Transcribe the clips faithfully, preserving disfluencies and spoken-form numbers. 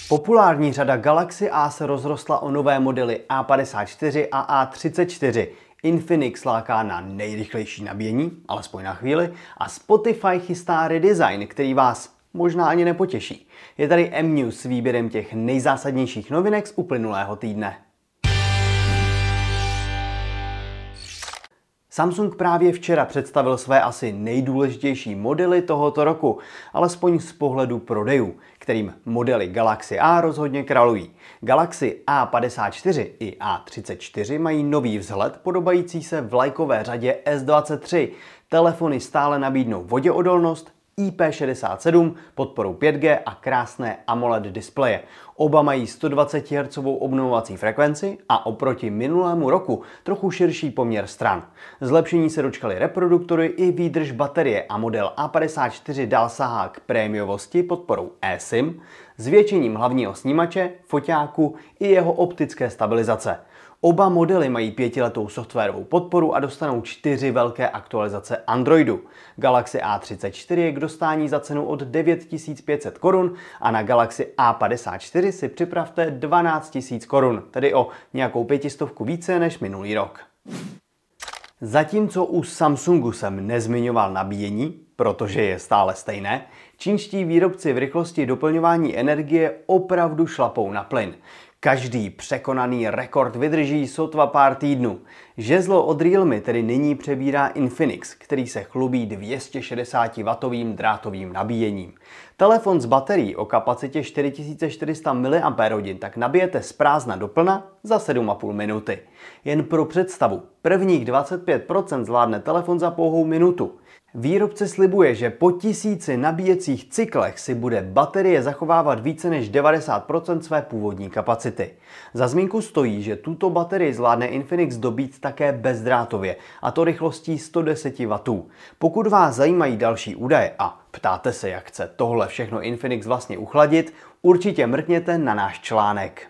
Populární řada Galaxy A se rozrostla o nové modely A padesát čtyři a A třicet čtyři. Infinix láká na nejrychlejší nabíjení, alespoň na chvíli, a Spotify chystá redesign, který vás možná ani nepotěší. Je tady M-News s výběrem těch nejzásadnějších novinek z uplynulého týdne. Samsung právě včera představil své asi nejdůležitější modely tohoto roku, alespoň z pohledu prodejů, kterým modely Galaxy A rozhodně králují. Galaxy A padesát čtyři i A třicet čtyři mají nový vzhled podobající se vlajkové řadě S dvacet tři. Telefony stále nabídnou voděodolnost, I P šedesát sedm, podporu pět G a krásné AMOLED displeje. Oba mají sto dvacet hertzů obnovovací frekvenci a oproti minulému roku trochu širší poměr stran. Zlepšení se dočkaly reproduktory i výdrž baterie a model A padesát čtyři dál sahá k prémiovosti podporou eSIM, zvětšením hlavního snímače, foťáku i jeho optické stabilizace. Oba modely mají pětiletou softwarovou podporu a dostanou čtyři velké aktualizace Androidu. Galaxy A třicet čtyři je k dostání za cenu od devět tisíc pět set korun a na Galaxy A padesát čtyři si připravte dvanáct tisíc korun, tedy o nějakou pětistovku více než minulý rok. Zatímco u Samsungu jsem nezmiňoval nabíjení, protože je stále stejné, čínští výrobci v rychlosti doplňování energie opravdu šlapou na plyn. Každý překonaný rekord vydrží sotva pár týdnů. Žezlo od Realme tedy nyní přebírá Infinix, který se chlubí dvě stě šedesát wattovým drátovým nabíjením. Telefon s baterií o kapacitě čtyři tisíce čtyři sta miliampérhodin tak nabijete z prázdna do plna za sedm a půl minuty. Jen pro představu, prvních dvacet pět procent zvládne telefon za pouhou minutu. Výrobce slibuje, že po tisíci nabíjecích cyklech si bude baterie zachovávat více než devadesát procent své původní kapacity. Za zmínku stojí, že tuto baterii zvládne Infinix dobít také bezdrátově, a to rychlostí sto deset wattů. Pokud vás zajímají další údaje a ptáte se, jak chce tohle všechno Infinix vlastně uchladit, určitě mrkněte na náš článek.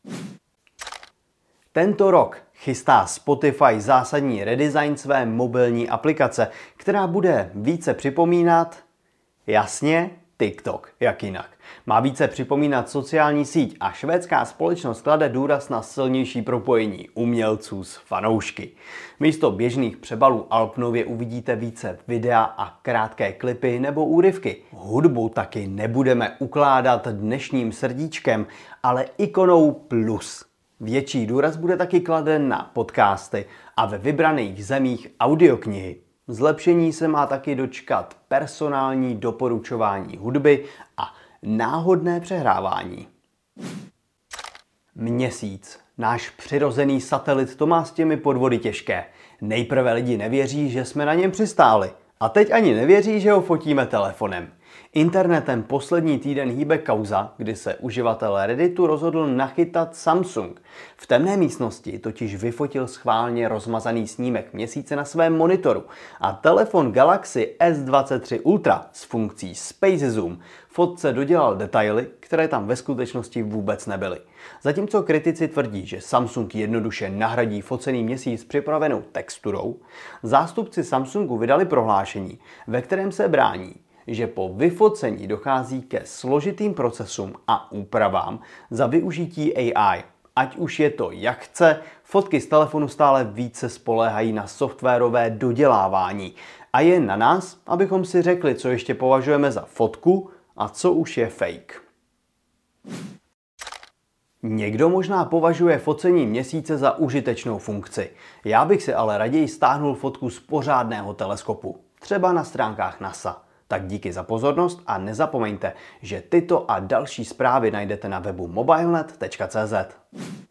Tento rok chystá Spotify zásadní redesign své mobilní aplikace, která bude více připomínat, jasně, TikTok, jak jinak. Má více připomínat sociální síť a švédská společnost klade důraz na silnější propojení umělců s fanoušky. Místo běžných přebalů alb nově uvidíte více videa a krátké klipy nebo úryvky. Hudbu taky nebudeme ukládat dnešním srdíčkem, ale ikonou plus. Větší důraz bude taky kladen na podcasty a ve vybraných zemích audioknihy. Zlepšení se má taky dočkat personální doporučování hudby a náhodné přehrávání. Měsíc. Náš přirozený satelit to má s těmi podvody těžké. Nejprve lidi nevěří, že jsme na něm přistáli. A teď ani nevěří, že ho fotíme telefonem. Internetem poslední týden hýbe kauza, kdy se uživatel Redditu rozhodl nachytat Samsung. V temné místnosti totiž vyfotil schválně rozmazaný snímek měsíce na svém monitoru a telefon Galaxy S dvacet tři Ultra s funkcí Space Zoom fotce dodělal detaily, které tam ve skutečnosti vůbec nebyly. Zatímco kritici tvrdí, že Samsung jednoduše nahradí focený měsíc připravenou texturou, zástupci Samsungu vydali prohlášení, ve kterém se brání, že po vyfocení dochází ke složitým procesům a úpravám za využití A I. Ať už je to jak chce, fotky z telefonu stále více spoléhají na softwarové dodělávání. A je na nás, abychom si řekli, co ještě považujeme za fotku a co už je fake. Někdo možná považuje focení měsíce za užitečnou funkci. Já bych si ale raději stáhnul fotku z pořádného teleskopu, třeba na stránkách NASA. Tak díky za pozornost a nezapomeňte, že tyto a další zprávy najdete na webu mobilenet tečka cé zet.